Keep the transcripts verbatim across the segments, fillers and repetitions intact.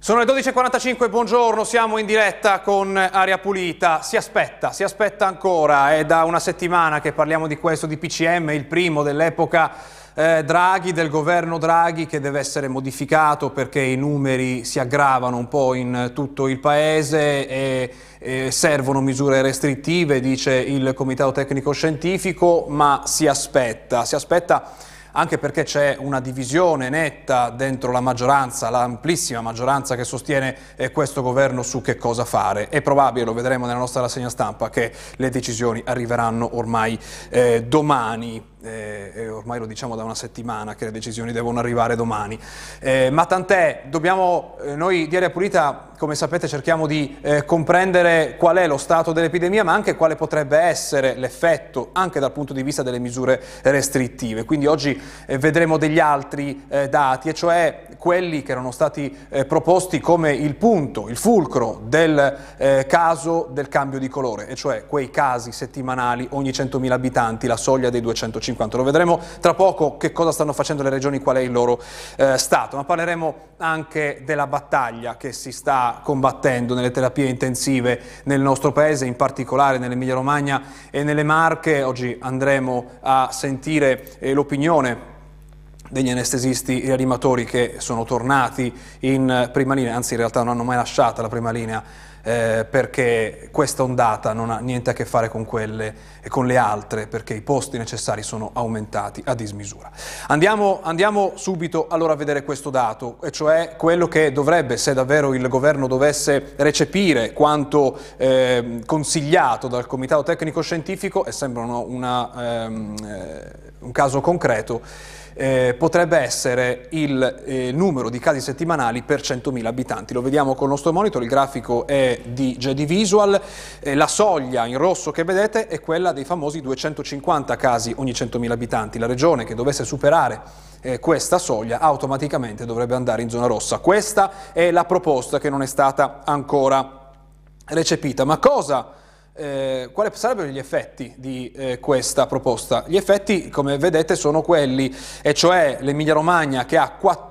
Sono le dodici e quarantacinque, buongiorno, siamo in diretta con Aria Pulita. Si aspetta, si aspetta ancora, è da una settimana che parliamo di questo D P C M, il primo dell'epoca eh, Draghi, del governo Draghi, che deve essere modificato perché i numeri si aggravano un po' in tutto il paese e, e servono misure restrittive, dice il Comitato Tecnico Scientifico, ma si aspetta, si aspetta anche perché c'è una divisione netta dentro la maggioranza, l'amplissima maggioranza che sostiene eh, questo governo su che cosa fare. È probabile, lo vedremo nella nostra rassegna stampa, che le decisioni arriveranno ormai eh, domani. Eh, ormai lo diciamo da una settimana che le decisioni devono arrivare domani, eh, ma tant'è, dobbiamo, eh, noi di Aria Pulita, come sapete, cerchiamo di eh, comprendere qual è lo stato dell'epidemia, ma anche quale potrebbe essere l'effetto anche dal punto di vista delle misure restrittive. Quindi oggi eh, vedremo degli altri eh, dati, e cioè quelli che erano stati eh, proposti come il punto, il fulcro del eh, caso del cambio di colore, e cioè quei casi settimanali ogni centomila abitanti, la soglia dei duecentocinquanta. Lo vedremo tra poco che cosa stanno facendo le regioni, qual è il loro eh, stato, ma parleremo anche della battaglia che si sta combattendo nelle terapie intensive nel nostro paese, in particolare nell'Emilia Romagna e nelle Marche. Oggi andremo a sentire eh, l'opinione degli anestesisti rianimatori che sono tornati in prima linea, anzi in realtà non hanno mai lasciato la prima linea, eh, perché questa ondata non ha niente a che fare con quelle e con le altre, perché i posti necessari sono aumentati a dismisura. Andiamo, andiamo subito allora a vedere questo dato, e cioè quello che dovrebbe, se davvero il governo dovesse recepire quanto eh, consigliato dal Comitato Tecnico Scientifico, e sembra una, ehm, eh, un caso concreto, Eh, potrebbe essere il eh, numero di casi settimanali per centomila abitanti. Lo vediamo col nostro monitor, il grafico è di J D Visual, eh, la soglia in rosso che vedete è quella dei famosi duecentocinquanta casi ogni centomila abitanti. La regione che dovesse superare eh, questa soglia automaticamente dovrebbe andare in zona rossa. Questa è la proposta che non è stata ancora recepita. Ma cosa Eh, quali sarebbero gli effetti di eh, questa proposta? Gli effetti, come vedete, sono quelli, e cioè l'Emilia Romagna, che ha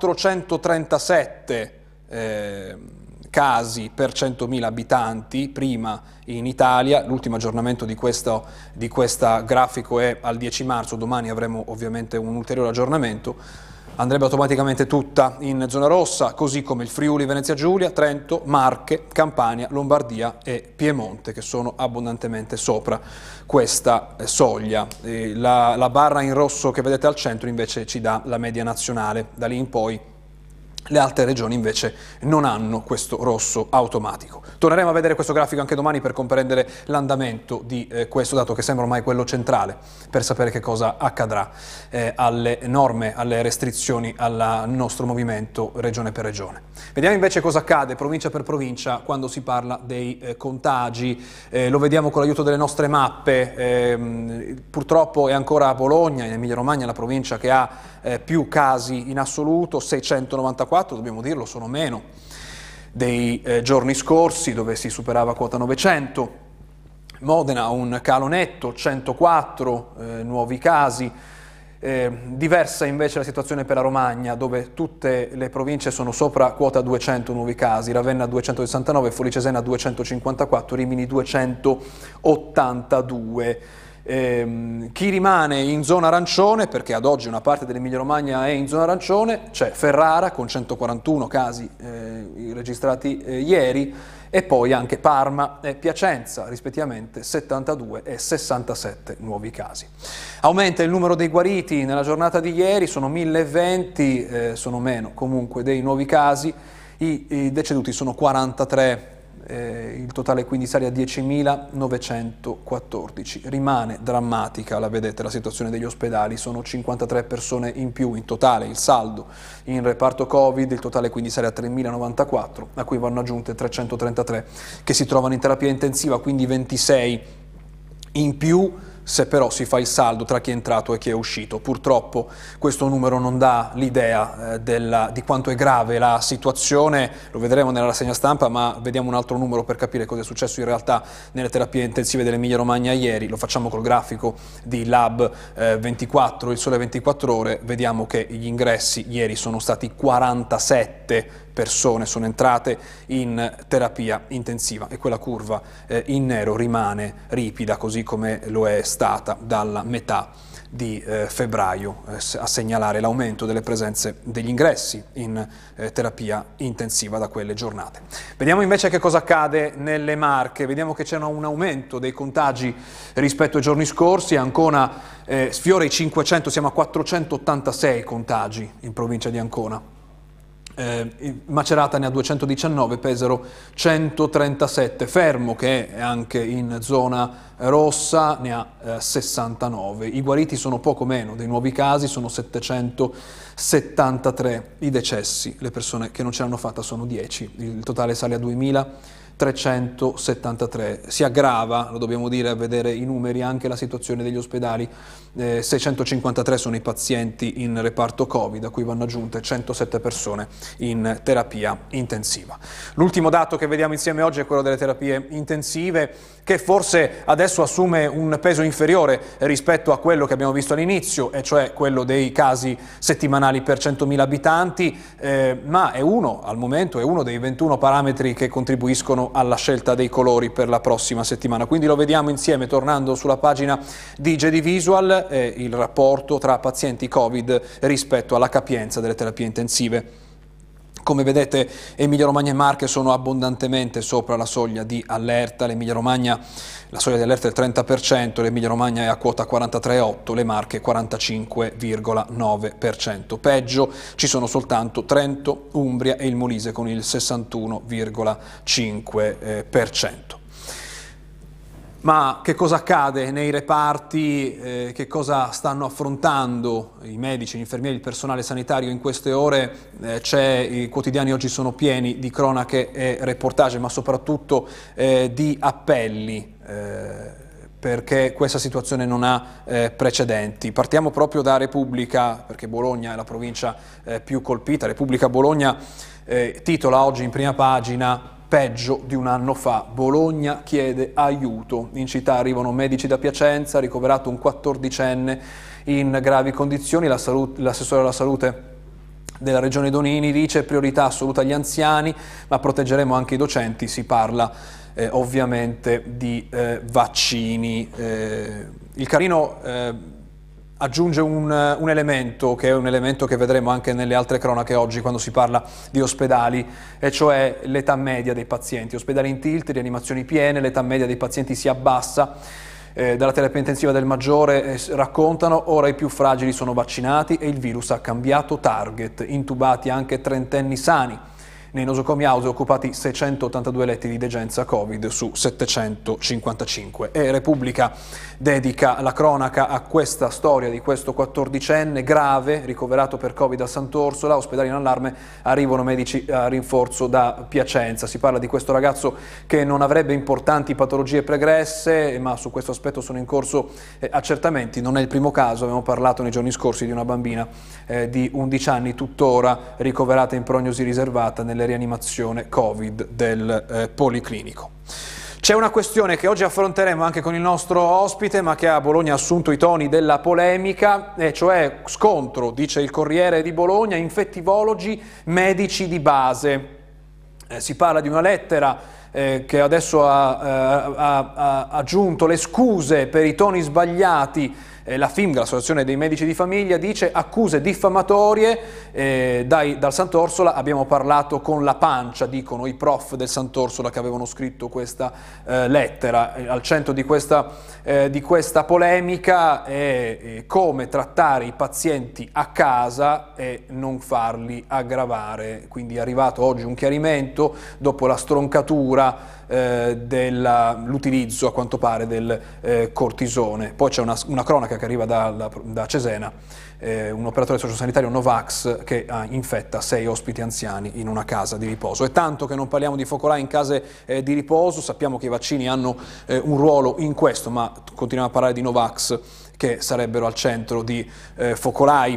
quattrocentotrentasette eh, casi per centomila abitanti, prima in Italia. L'ultimo aggiornamento di questo di questa grafico è al dieci marzo, domani avremo ovviamente un ulteriore aggiornamento. Andrebbe automaticamente tutta in zona rossa, così come il Friuli, Venezia Giulia, Trento, Marche, Campania, Lombardia e Piemonte, che sono abbondantemente sopra questa soglia. E la, la barra in rosso che vedete al centro invece ci dà la media nazionale. Da lì in poi le altre regioni invece non hanno questo rosso automatico. Torneremo a vedere questo grafico anche domani per comprendere l'andamento di eh, questo dato, che sembra ormai quello centrale per sapere che cosa accadrà eh, alle norme, alle restrizioni al nostro movimento regione per regione. Vediamo invece cosa accade provincia per provincia quando si parla dei eh, contagi. Eh, lo vediamo con l'aiuto delle nostre mappe. Eh, purtroppo è ancora Bologna, in Emilia Romagna, la provincia che ha eh, più casi in assoluto, seicentonovantaquattro, dobbiamo dirlo, sono meno dei eh, giorni scorsi, dove si superava quota novecento. Modena un calo netto, centoquattro eh, nuovi casi. Eh, diversa invece la situazione per la Romagna, dove tutte le province sono sopra quota duecento nuovi casi, Ravenna duecentosessantanove, Forlì-Cesena duecentocinquantaquattro, Rimini duecentottantadue. Eh, chi rimane in zona arancione, perché ad oggi una parte dell'Emilia Romagna è in zona arancione, c'è Ferrara con centoquarantuno casi eh, registrati eh, ieri, e poi anche Parma e Piacenza, rispettivamente settantadue e sessantasette nuovi casi. Aumenta il numero dei guariti nella giornata di ieri, sono mille venti, eh, sono meno comunque dei nuovi casi, i, i deceduti sono quarantatré. Eh, il totale quindi sale a diecimilanovecentoquattordici. Rimane drammatica, la vedete, la situazione degli ospedali, sono cinquantatré persone in più in totale, il saldo in reparto Covid, il totale quindi sale a tremilanovantaquattro, a cui vanno aggiunte trecentotrentatré che si trovano in terapia intensiva, quindi ventisei in più. Se però si fa il saldo tra chi è entrato e chi è uscito, purtroppo questo numero non dà l'idea eh, di quanto è grave la situazione. Lo vedremo nella rassegna stampa, ma vediamo un altro numero per capire cosa è successo in realtà nelle terapie intensive dell'Emilia Romagna ieri. Lo facciamo col grafico di Lab eh, ventiquattro, il Sole ventiquattro Ore. Vediamo che gli ingressi ieri sono stati quarantasette persone sono entrate in terapia intensiva e quella curva eh, in nero rimane ripida, così come lo è stata dalla metà di eh, febbraio, eh, a segnalare l'aumento delle presenze degli ingressi in eh, terapia intensiva da quelle giornate. Vediamo invece che cosa accade nelle Marche. Vediamo che c'è un aumento dei contagi rispetto ai giorni scorsi. Ancona eh, sfiora i cinquecento, siamo a quattrocentottantasei contagi in provincia di Ancona. Eh, Macerata ne ha duecentodiciannove, Pesaro centotrentasette, Fermo, che è anche in zona rossa, ne ha eh, sessantanove. I guariti sono poco meno dei nuovi casi, sono settecentosettantatré. I decessi, le persone che non ce l'hanno fatta, sono dieci. Il totale sale a duemilatrecentosettantatré. Si aggrava, lo dobbiamo dire, a vedere i numeri, anche la situazione degli ospedali. Eh, seicentocinquantatré sono i pazienti in reparto Covid, a cui vanno aggiunte centosette persone in terapia intensiva. L'ultimo dato che vediamo insieme oggi è quello delle terapie intensive, che forse adesso assume un peso inferiore rispetto a quello che abbiamo visto all'inizio, e cioè quello dei casi settimanali per centomila abitanti, eh, ma è uno, al momento, è uno dei ventuno parametri che contribuiscono alla scelta dei colori per la prossima settimana. Quindi lo vediamo insieme, tornando sulla pagina di G D Visual, eh, il rapporto tra pazienti Covid rispetto alla capienza delle terapie intensive. Come vedete, Emilia Romagna e Marche sono abbondantemente sopra la soglia di allerta. L'Emilia Romagna, la soglia di allerta è il trenta per cento, l'Emilia Romagna è a quota quarantatré virgola otto, le Marche quarantacinque virgola nove per cento. Peggio ci sono soltanto Trento, Umbria e il Molise con il sessantuno virgola cinque per cento. Ma che cosa accade nei reparti, eh, che cosa stanno affrontando i medici, gli infermieri, il personale sanitario in queste ore? Eh, c'è, i quotidiani oggi sono pieni di cronache e reportage, ma soprattutto eh, di appelli, eh, perché questa situazione non ha eh, precedenti. Partiamo proprio da Repubblica, perché Bologna è la provincia eh, più colpita. Repubblica Bologna eh, titola oggi in prima pagina: peggio di un anno fa, Bologna chiede aiuto. In città arrivano medici da Piacenza, ricoverato un quattordicenne in gravi condizioni. L'assessore alla salute della regione Donini dice: priorità assoluta agli anziani, ma proteggeremo anche i docenti. Si parla eh, ovviamente di eh, vaccini. Eh, il Carino eh, aggiunge un, un elemento, che è un elemento che vedremo anche nelle altre cronache oggi quando si parla di ospedali, e cioè l'età media dei pazienti. Ospedali in tilt, rianimazioni piene, l'età media dei pazienti si abbassa. Eh, dalla terapia intensiva del Maggiore eh, raccontano: ora i più fragili sono vaccinati e il virus ha cambiato target, intubati anche trentenni sani. Nei nosocomi house occupati seicentottantadue letti di degenza Covid su settecentocinquantacinque. E Repubblica dedica la cronaca a questa storia di questo quattordicenne grave, ricoverato per Covid a Sant'Orsola. Ospedali in allarme, arrivano medici a rinforzo da Piacenza. Si parla di questo ragazzo che non avrebbe importanti patologie pregresse, ma su questo aspetto sono in corso eh, accertamenti. Non è il primo caso, abbiamo parlato nei giorni scorsi di una bambina eh, di undici anni, tuttora ricoverata in prognosi riservata nelle rianimazione Covid del eh, Policlinico. C'è una questione che oggi affronteremo anche con il nostro ospite, ma che a Bologna ha assunto i toni della polemica, e cioè scontro, dice il Corriere di Bologna, infettivologi, medici di base. Eh, si parla di una lettera eh, che adesso ha, eh, ha, ha aggiunto le scuse per i toni sbagliati. Eh, la F I M G, l'Associazione dei Medici di Famiglia, dice: accuse diffamatorie eh, dai, dal Sant'Orsola. Abbiamo parlato con la pancia, dicono i prof del Sant'Orsola che avevano scritto questa eh, lettera. Eh, al centro di questa, eh, di questa polemica è eh, come trattare i pazienti a casa e non farli aggravare. Quindi è arrivato oggi un chiarimento dopo la stroncatura eh, dell'utilizzo, a quanto pare, del eh, cortisone. Poi c'è una, una cronaca che arriva da, da, da Cesena, eh, un operatore sociosanitario Novax che ah, infetta sei ospiti anziani in una casa di riposo. È tanto che non parliamo di focolai in case eh, di riposo, sappiamo che i vaccini hanno eh, un ruolo in questo, ma continuiamo a parlare di Novax, che sarebbero al centro di eh, focolai.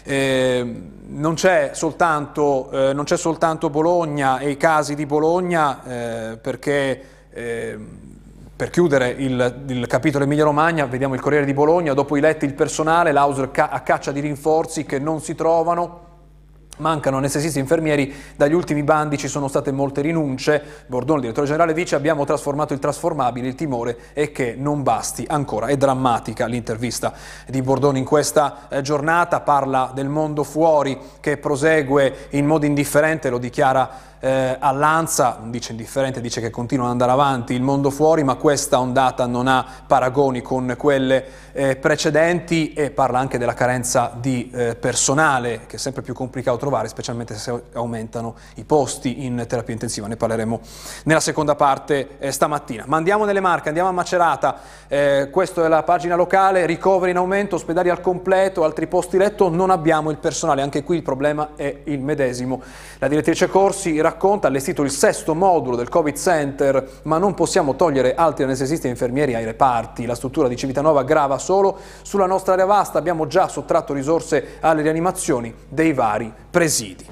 Eh, non c'è soltanto, eh, non c'è soltanto Bologna e i casi di Bologna, eh, perché eh, per chiudere il, il capitolo Emilia Romagna vediamo il Corriere di Bologna: dopo i letti il personale, l'Auser ca a caccia di rinforzi che non si trovano. Mancano anestesisti e infermieri, dagli ultimi bandi ci sono state molte rinunce. Bordone, il direttore generale, dice: abbiamo trasformato il trasformabile, il timore è che non basti ancora. È drammatica l'intervista di Bordone in questa eh, giornata, parla del mondo fuori che prosegue in modo indifferente, lo dichiara eh, all'Ansa, non dice indifferente, dice che continua ad andare avanti il mondo fuori, ma questa ondata non ha paragoni con quelle eh, precedenti, e parla anche della carenza di eh, personale, che è sempre più complicato trovare, specialmente se aumentano i posti in terapia intensiva. Ne parleremo nella seconda parte eh, stamattina. Ma andiamo nelle Marche, andiamo a Macerata, eh, questa è la pagina locale: ricoveri in aumento, ospedali al completo, altri posti letto, non abbiamo il personale, anche qui il problema è il medesimo. La direttrice Corsi racconta: allestito il sesto modulo del Covid Center, ma non possiamo togliere altri anestesisti e infermieri ai reparti, la struttura di Civitanova grava solo sulla nostra area vasta, abbiamo già sottratto risorse alle rianimazioni dei vari presidi.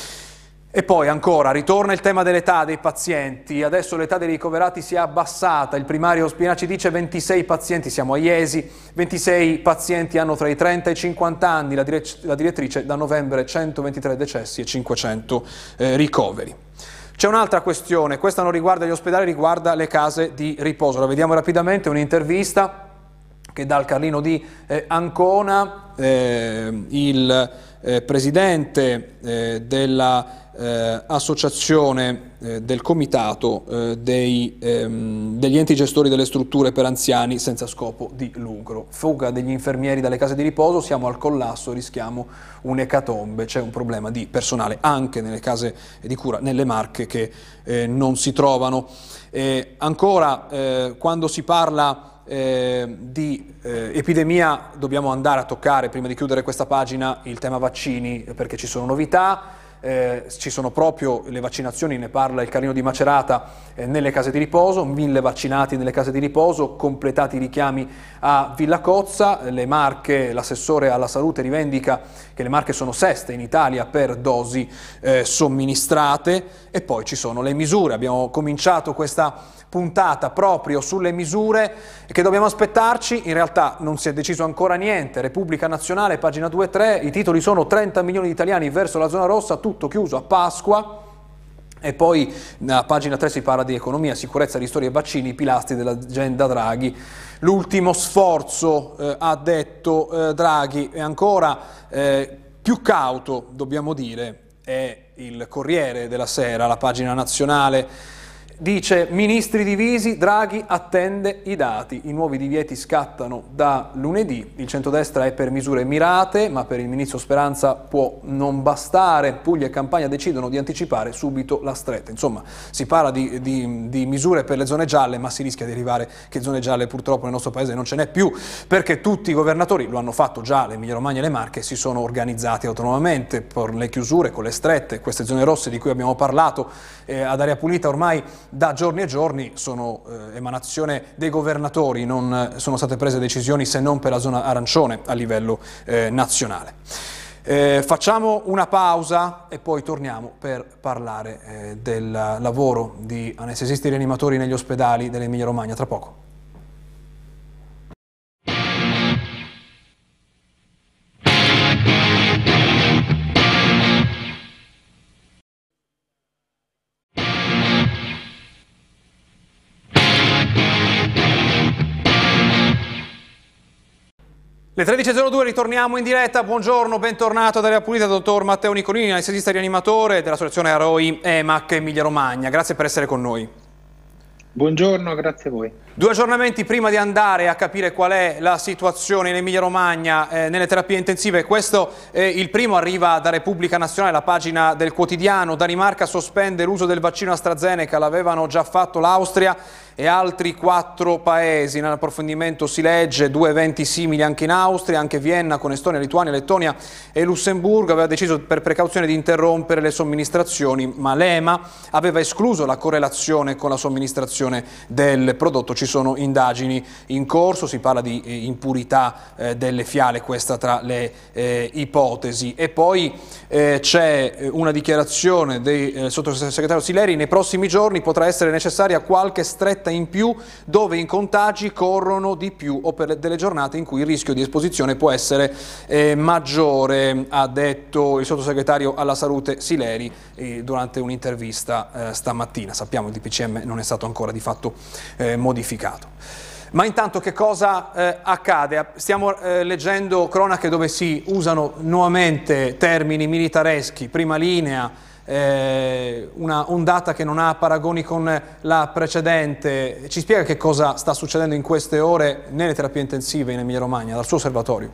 E poi ancora ritorna il tema dell'età dei pazienti. Adesso l'età dei ricoverati si è abbassata, il primario Spinaci dice ventisei pazienti, siamo a Iesi, ventisei pazienti hanno tra i trenta e i cinquanta anni, la, direc- la direttrice da novembre centoventitré decessi e cinquecento eh, ricoveri. C'è un'altra questione, questa non riguarda gli ospedali, riguarda le case di riposo. La vediamo rapidamente, un'intervista che dà al Carlino di eh, Ancona, eh, il eh, presidente eh, della eh, associazione eh, del comitato eh, dei, ehm, degli enti gestori delle strutture per anziani senza scopo di lucro. Fuga degli infermieri dalle case di riposo, siamo al collasso, rischiamo un'ecatombe, c'è un problema di personale anche nelle case di cura, nelle Marche, che eh, non si trovano. Eh, ancora, eh, quando si parla Eh, di eh, epidemia, dobbiamo andare a toccare, prima di chiudere questa pagina, il tema vaccini, perché ci sono novità. Eh, ci sono proprio le vaccinazioni, ne parla il Carlino di Macerata, eh, nelle case di riposo, mille vaccinati nelle case di riposo, completati i richiami a Villacozza. Le Marche, l'assessore alla salute rivendica che le Marche sono seste in Italia per dosi eh, somministrate. E poi ci sono le misure, abbiamo cominciato questa puntata proprio sulle misure che dobbiamo aspettarci. In realtà non si è deciso ancora niente. Repubblica Nazionale, pagina due e tre, i titoli sono: trenta milioni di italiani verso la zona rossa, tutto chiuso a Pasqua. E poi a pagina tre si parla di economia, sicurezza, ristori e vaccini, pilastri dell'agenda Draghi. L'ultimo sforzo, eh, ha detto eh, Draghi. E ancora eh, più cauto, dobbiamo dire, è il Corriere della Sera, la pagina nazionale. Dice: ministri divisi, Draghi attende i dati, i nuovi divieti scattano da lunedì, il centrodestra è per misure mirate, ma per il ministro Speranza può non bastare, Puglia e Campania decidono di anticipare subito la stretta. Insomma, si parla di, di, di misure per le zone gialle, ma si rischia di arrivare che zone gialle purtroppo nel nostro paese non ce n'è più, perché tutti i governatori, lo hanno fatto già l'Emilia Romagna e le Marche, si sono organizzati autonomamente per le chiusure, con le strette. Queste zone rosse di cui abbiamo parlato eh, ad Aria Pulita ormai da giorni e giorni sono eh, emanazione dei governatori, non sono state prese decisioni se non per la zona arancione a livello eh, nazionale. Eh, facciamo una pausa e poi torniamo per parlare eh, del lavoro di anestesisti e rianimatori negli ospedali dell'Emilia Romagna tra poco. Le tredici e zero due, ritorniamo in diretta. Buongiorno, bentornato ad Aria Pulita, dottor Matteo Nicolini, anestesista rianimatore dell'associazione Aroi EMAC Emilia Romagna. Grazie per essere con noi. Buongiorno, grazie a voi. Due aggiornamenti prima di andare a capire qual è la situazione in Emilia Romagna eh, nelle terapie intensive. Questo eh, il primo arriva da Repubblica Nazionale, la pagina del quotidiano. Danimarca sospende l'uso del vaccino AstraZeneca, l'avevano già fatto l'Austria e altri quattro paesi. Nell'approfondimento si legge: due eventi simili anche in Austria, anche Vienna con Estonia, Lituania, Lettonia e Lussemburgo aveva deciso per precauzione di interrompere le somministrazioni, ma l'E M A aveva escluso la correlazione con la somministrazione del prodotto. Ci sono indagini in corso, si parla di eh, impurità eh, delle fiale, questa tra le eh, ipotesi. E poi eh, c'è una dichiarazione del eh, sottosegretario Sileri: nei prossimi giorni potrà essere necessaria qualche stretta in più dove i contagi corrono di più o per delle giornate in cui il rischio di esposizione può essere eh, maggiore, ha detto il sottosegretario alla salute Sileri eh, durante un'intervista eh, stamattina. Sappiamo che il D P C M non è stato ancora di fatto eh, modificato. Ma intanto che cosa eh, accade? Stiamo eh, leggendo cronache dove si usano nuovamente termini militareschi, prima linea, eh, una ondata che non ha paragoni con la precedente. Ci spiega che cosa sta succedendo in queste ore nelle terapie intensive in Emilia Romagna, dal suo osservatorio?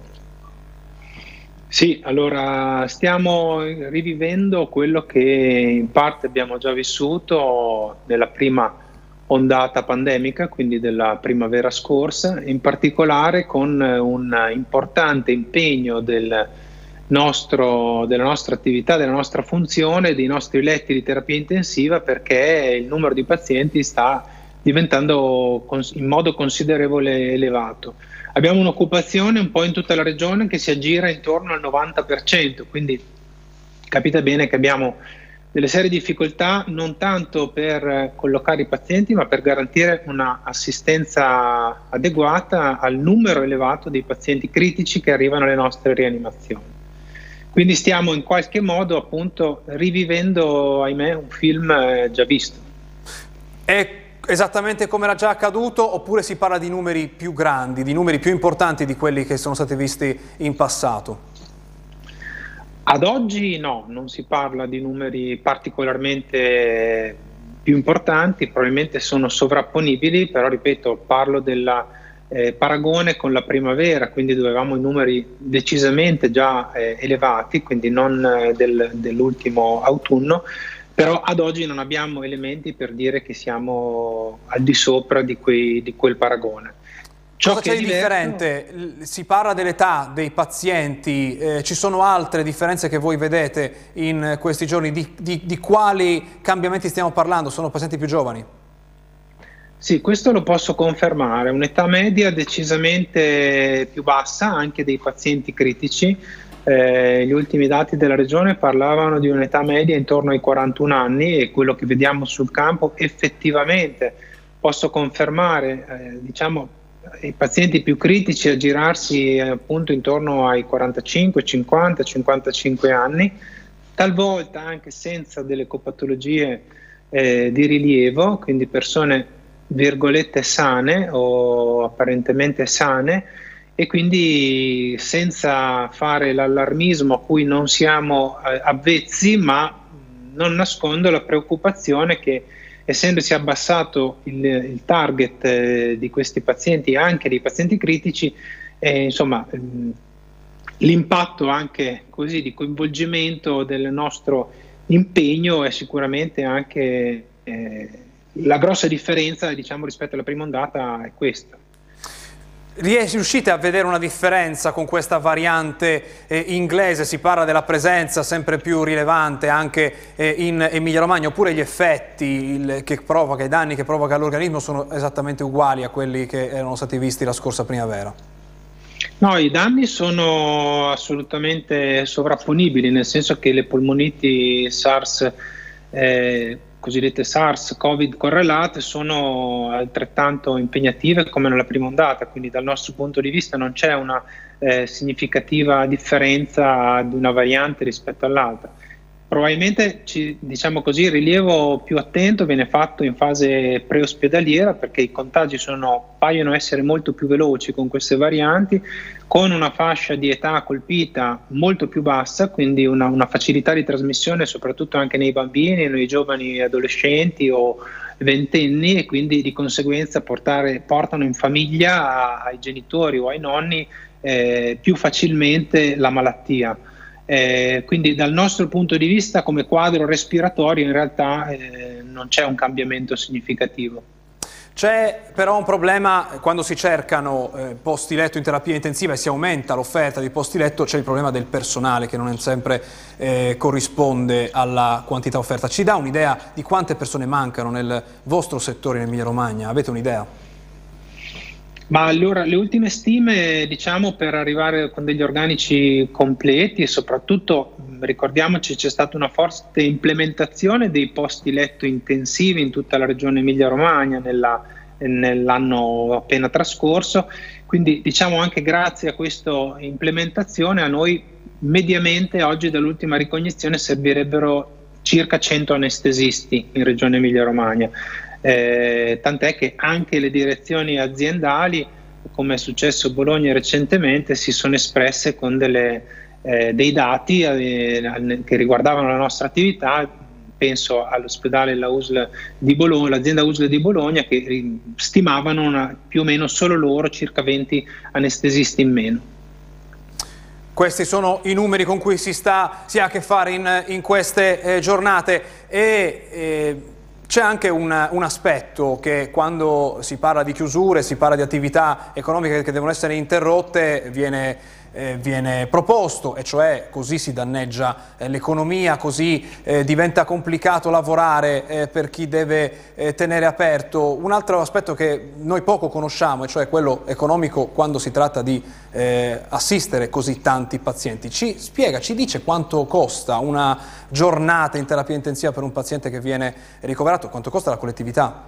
Sì, allora stiamo rivivendo quello che in parte abbiamo già vissuto nella prima ondata pandemica, quindi della primavera scorsa, in particolare con un importante impegno del nostro, della nostra attività, della nostra funzione, dei nostri letti di terapia intensiva, perché il numero di pazienti sta diventando in modo considerevole elevato. Abbiamo un'occupazione un po' in tutta la regione che si aggira intorno al novanta per cento, quindi capite bene che abbiamo delle serie difficoltà non tanto per collocare i pazienti, ma per garantire una assistenza adeguata al numero elevato dei pazienti critici che arrivano alle nostre rianimazioni. Quindi stiamo in qualche modo appunto rivivendo, ahimè, un film già visto. E esattamente come era già accaduto, oppure si parla di numeri più grandi, di numeri più importanti di quelli che sono stati visti in passato? Ad oggi no, non si parla di numeri particolarmente più importanti, probabilmente sono sovrapponibili, però ripeto, parlo del eh, paragone con la primavera, quindi dove avevamo i numeri decisamente già eh, elevati, quindi non eh, del, dell'ultimo autunno. Però ad oggi non abbiamo elementi per dire che siamo al di sopra di, quei, di quel paragone. Ciò Cosa c'è di differente? Si parla dell'età dei pazienti, eh, ci sono altre differenze che voi vedete in questi giorni? Di, di, di quali cambiamenti stiamo parlando? Sono pazienti più giovani? Sì, questo lo posso confermare, un'età media decisamente più bassa anche dei pazienti critici. Eh, gli ultimi dati della regione parlavano di un'età media intorno ai quarantuno anni e quello che vediamo sul campo effettivamente posso confermare, eh, diciamo, i pazienti più critici a girarsi eh, appunto intorno ai quarantacinque, cinquanta, cinquantacinque anni, talvolta anche senza delle copatologie eh, di rilievo, quindi persone virgolette sane o apparentemente sane, e quindi senza fare l'allarmismo a cui non siamo eh, avvezzi, ma non nascondo la preoccupazione che, essendosi abbassato il, il target eh, di questi pazienti, anche dei pazienti critici, eh, insomma ehm, l'impatto anche così di coinvolgimento del nostro impegno è sicuramente anche eh, la grossa differenza, diciamo, rispetto alla prima ondata è questa. Riuscite a vedere una differenza con questa variante eh, inglese? Si parla della presenza sempre più rilevante anche eh, in Emilia Romagna, oppure gli effetti il, che provoca, i danni che provoca all'organismo sono esattamente uguali a quelli che erano stati visti la scorsa primavera? No, i danni sono assolutamente sovrapponibili, nel senso che le polmoniti SARS, eh, cosiddette SARS Covid correlate, sono altrettanto impegnative come nella prima ondata, quindi dal nostro punto di vista non c'è una eh, significativa differenza di una variante rispetto all'altra. Probabilmente, ci, diciamo così, il rilievo più attento viene fatto in fase preospedaliera, perché i contagi sono, paiono essere molto più veloci con queste varianti, con una fascia di età colpita molto più bassa, quindi una, una facilità di trasmissione soprattutto anche nei bambini, nei giovani adolescenti o ventenni, e quindi di conseguenza portare, portano in famiglia ai genitori o ai nonni eh, più facilmente la malattia. Eh, quindi dal nostro punto di vista come quadro respiratorio in realtà eh, non c'è un cambiamento significativo. C'è però un problema quando si cercano eh, posti letto in terapia intensiva e si aumenta l'offerta di posti letto, c'è il problema del personale che non sempre eh, corrisponde alla quantità offerta. Ci dà un'idea di quante persone mancano nel vostro settore in Emilia Romagna? Avete un'idea? Ma allora le ultime stime, diciamo, per arrivare con degli organici completi e soprattutto ricordiamoci c'è stata una forte implementazione dei posti letto intensivi in tutta la regione Emilia-Romagna nella, nell'anno appena trascorso, quindi diciamo anche grazie a questa implementazione a noi mediamente oggi dall'ultima ricognizione servirebbero circa cento anestesisti in regione Emilia-Romagna. Eh, tant'è che anche le direzioni aziendali, come è successo a Bologna recentemente, si sono espresse con delle, eh, dei dati eh, che riguardavano la nostra attività. Penso all'ospedale la U S L di Bologna, l'azienda U S L di Bologna, che stimavano una, più o meno solo loro circa venti anestesisti in meno. Questi sono i numeri con cui si, sta, si ha a che fare in, in queste eh, giornate e eh, c'è anche un, un aspetto che quando si parla di chiusure, si parla di attività economiche che devono essere interrotte, viene, eh, viene proposto, e cioè così si danneggia eh, l'economia, così eh, diventa complicato lavorare eh, per chi deve eh, tenere aperto. Un altro aspetto che noi poco conosciamo, e cioè quello economico quando si tratta di eh, assistere così tanti pazienti. Ci spiega, ci dice quanto costa una giornata in terapia intensiva per un paziente che viene ricoverato, quanto costa la collettività?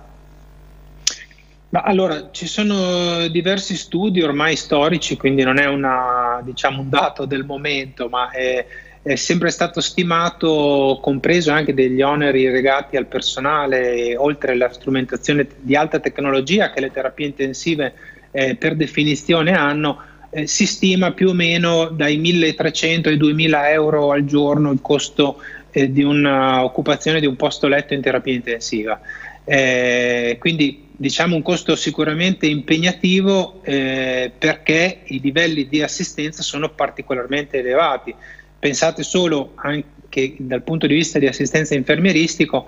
Ma allora, ci sono diversi studi ormai storici, quindi non è una, diciamo, un dato del momento, ma è, è sempre stato stimato, compreso anche degli oneri legati al personale, oltre alla strumentazione di alta tecnologia che le terapie intensive eh, per definizione hanno, eh, si stima più o meno dai milletrecento ai duemila euro al giorno il costo eh, di un'occupazione di un posto letto in terapia intensiva. Eh, quindi diciamo un costo sicuramente impegnativo eh, perché i livelli di assistenza sono particolarmente elevati. Pensate solo anche dal punto di vista di assistenza infermieristico,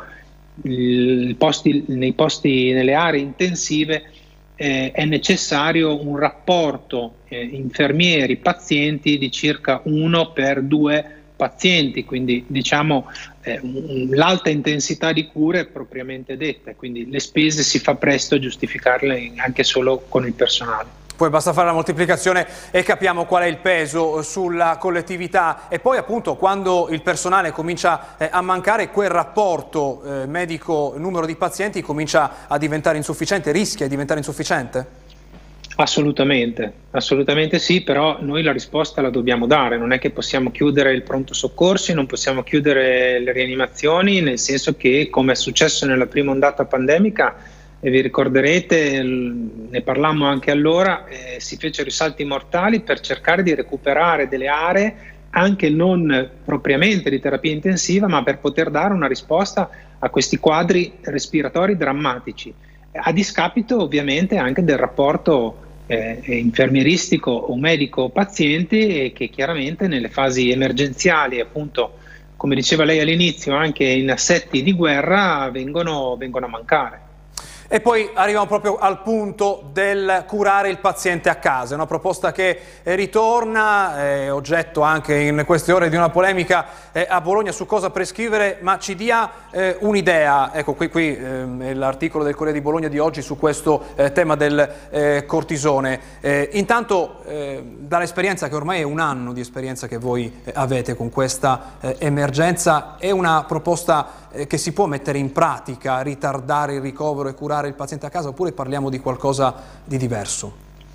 il posti, nei posti, nelle aree intensive eh, è necessario un rapporto eh, infermieri-pazienti di circa uno per due pazienti, quindi diciamo eh, l'alta intensità di cure è propriamente detta, quindi le spese si fa presto a giustificarle anche solo con il personale. Poi basta fare la moltiplicazione e capiamo qual è il peso sulla collettività, e poi appunto quando il personale comincia eh, a mancare, quel rapporto eh, medico-numero di pazienti comincia a diventare insufficiente, rischia di diventare insufficiente? Assolutamente, assolutamente sì, però noi la risposta la dobbiamo dare, non è che possiamo chiudere il pronto soccorsi, non possiamo chiudere le rianimazioni, nel senso che, come è successo nella prima ondata pandemica, e vi ricorderete, ne parlammo anche allora, eh, si fecero i salti mortali per cercare di recuperare delle aree anche non propriamente di terapia intensiva, ma per poter dare una risposta a questi quadri respiratori drammatici, a discapito ovviamente anche del rapporto eh, infermieristico o medico-paziente, che chiaramente nelle fasi emergenziali, appunto come diceva lei all'inizio, anche in assetti di guerra vengono, vengono a mancare. E poi arriviamo proprio al punto del curare il paziente a casa, è una proposta che eh, ritorna, è oggetto anche in queste ore di una polemica eh, a Bologna su cosa prescrivere, ma ci dia eh, un'idea. Ecco, qui, qui eh, l'articolo del Corriere di Bologna di oggi su questo eh, tema del eh, cortisone. Eh, intanto eh, dall'esperienza, che ormai è un anno di esperienza che voi eh, avete con questa eh, emergenza, è una proposta eh, che si può mettere in pratica, ritardare il ricovero e curare il paziente a casa, oppure parliamo di qualcosa di diverso?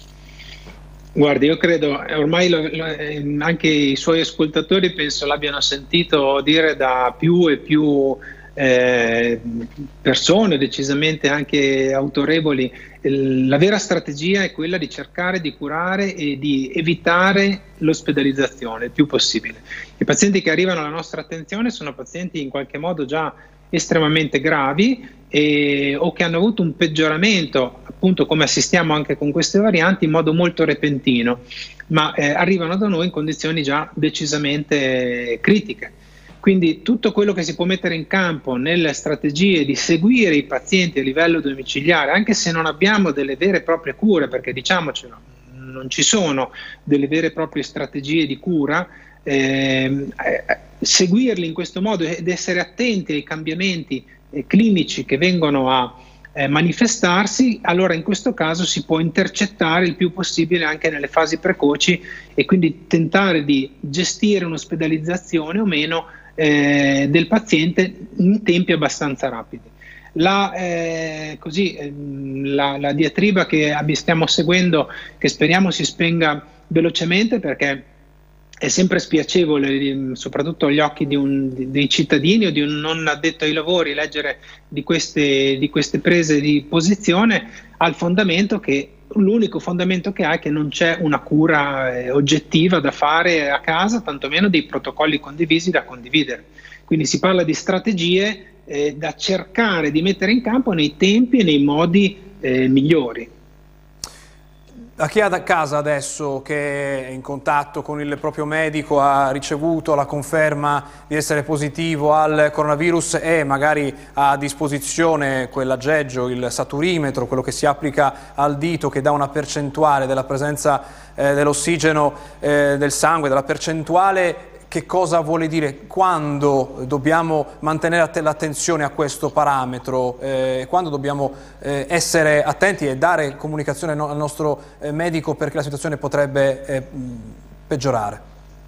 Guardi, io credo, ormai lo, lo, anche i suoi ascoltatori penso l'abbiano sentito dire da più e più eh, persone, decisamente anche autorevoli, la vera strategia è quella di cercare di curare e di evitare l'ospedalizzazione il più possibile. I pazienti che arrivano alla nostra attenzione sono pazienti in qualche modo già estremamente gravi e, o che hanno avuto un peggioramento, appunto come assistiamo anche con queste varianti, in modo molto repentino, ma eh, arrivano da noi in condizioni già decisamente critiche. Quindi tutto quello che si può mettere in campo nelle strategie di seguire i pazienti a livello domiciliare, anche se non abbiamo delle vere e proprie cure, perché diciamocelo, non ci sono delle vere e proprie strategie di cura, eh, eh, seguirli in questo modo ed essere attenti ai cambiamenti eh, clinici che vengono a, eh, manifestarsi, allora in questo caso si può intercettare il più possibile anche nelle fasi precoci e quindi tentare di gestire un'ospedalizzazione o meno eh, del paziente in tempi abbastanza rapidi. La, eh, così, ehm, la, la diatriba che stiamo seguendo, che speriamo si spenga velocemente, perché è sempre spiacevole, soprattutto agli occhi di un, di, dei cittadini o di un non addetto ai lavori, leggere di queste, di queste prese di posizione, al fondamento che l'unico fondamento che ha è che non c'è una cura eh, oggettiva da fare a casa, tantomeno dei protocolli condivisi da condividere. Quindi si parla di strategie eh, da cercare di mettere in campo nei tempi e nei modi eh, migliori. A chi è a casa adesso, che è in contatto con il proprio medico, ha ricevuto la conferma di essere positivo al coronavirus e magari ha a disposizione quell'aggeggio, il saturimetro, quello che si applica al dito, che dà una percentuale della presenza eh, dell'ossigeno eh, del sangue, della percentuale, che cosa vuole dire? Quando dobbiamo mantenere l'attenzione a questo parametro? Eh, quando dobbiamo eh, essere attenti e dare comunicazione al nostro eh, medico, perché la situazione potrebbe eh, peggiorare?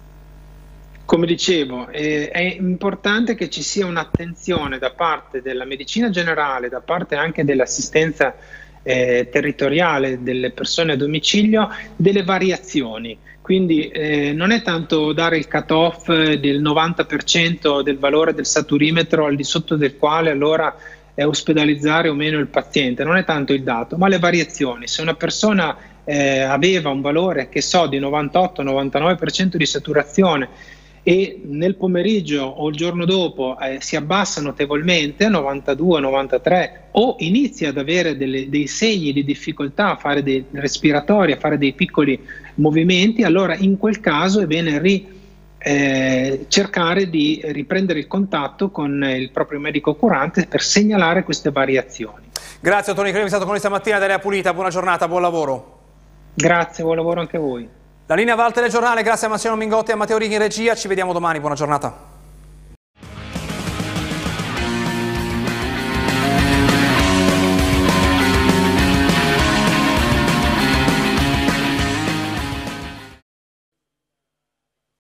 Come dicevo, eh, è importante che ci sia un'attenzione da parte della medicina generale, da parte anche dell'assistenza eh, territoriale delle persone a domicilio, delle variazioni. Quindi eh, non è tanto dare il cut-off del novanta per cento del valore del saturimetro al di sotto del quale allora è ospedalizzare o meno il paziente, non è tanto il dato, ma le variazioni. Se una persona eh, aveva un valore, che so, di novantotto novantanove per cento di saturazione e nel pomeriggio o il giorno dopo eh, si abbassa notevolmente a novantadue novantatré o inizia ad avere delle, dei segni di difficoltà a fare dei respiratori, a fare dei piccoli movimenti, allora in quel caso è bene ri, eh, cercare di riprendere il contatto con il proprio medico curante per segnalare queste variazioni. Grazie Tony Cremi, è stato con noi stamattina da Aria Pulita, buona giornata, buon lavoro. Grazie, buon lavoro anche a voi. La linea va al telegiornale, grazie a Massimo Mingotti e a Matteo Righi in regia, ci vediamo domani, buona giornata.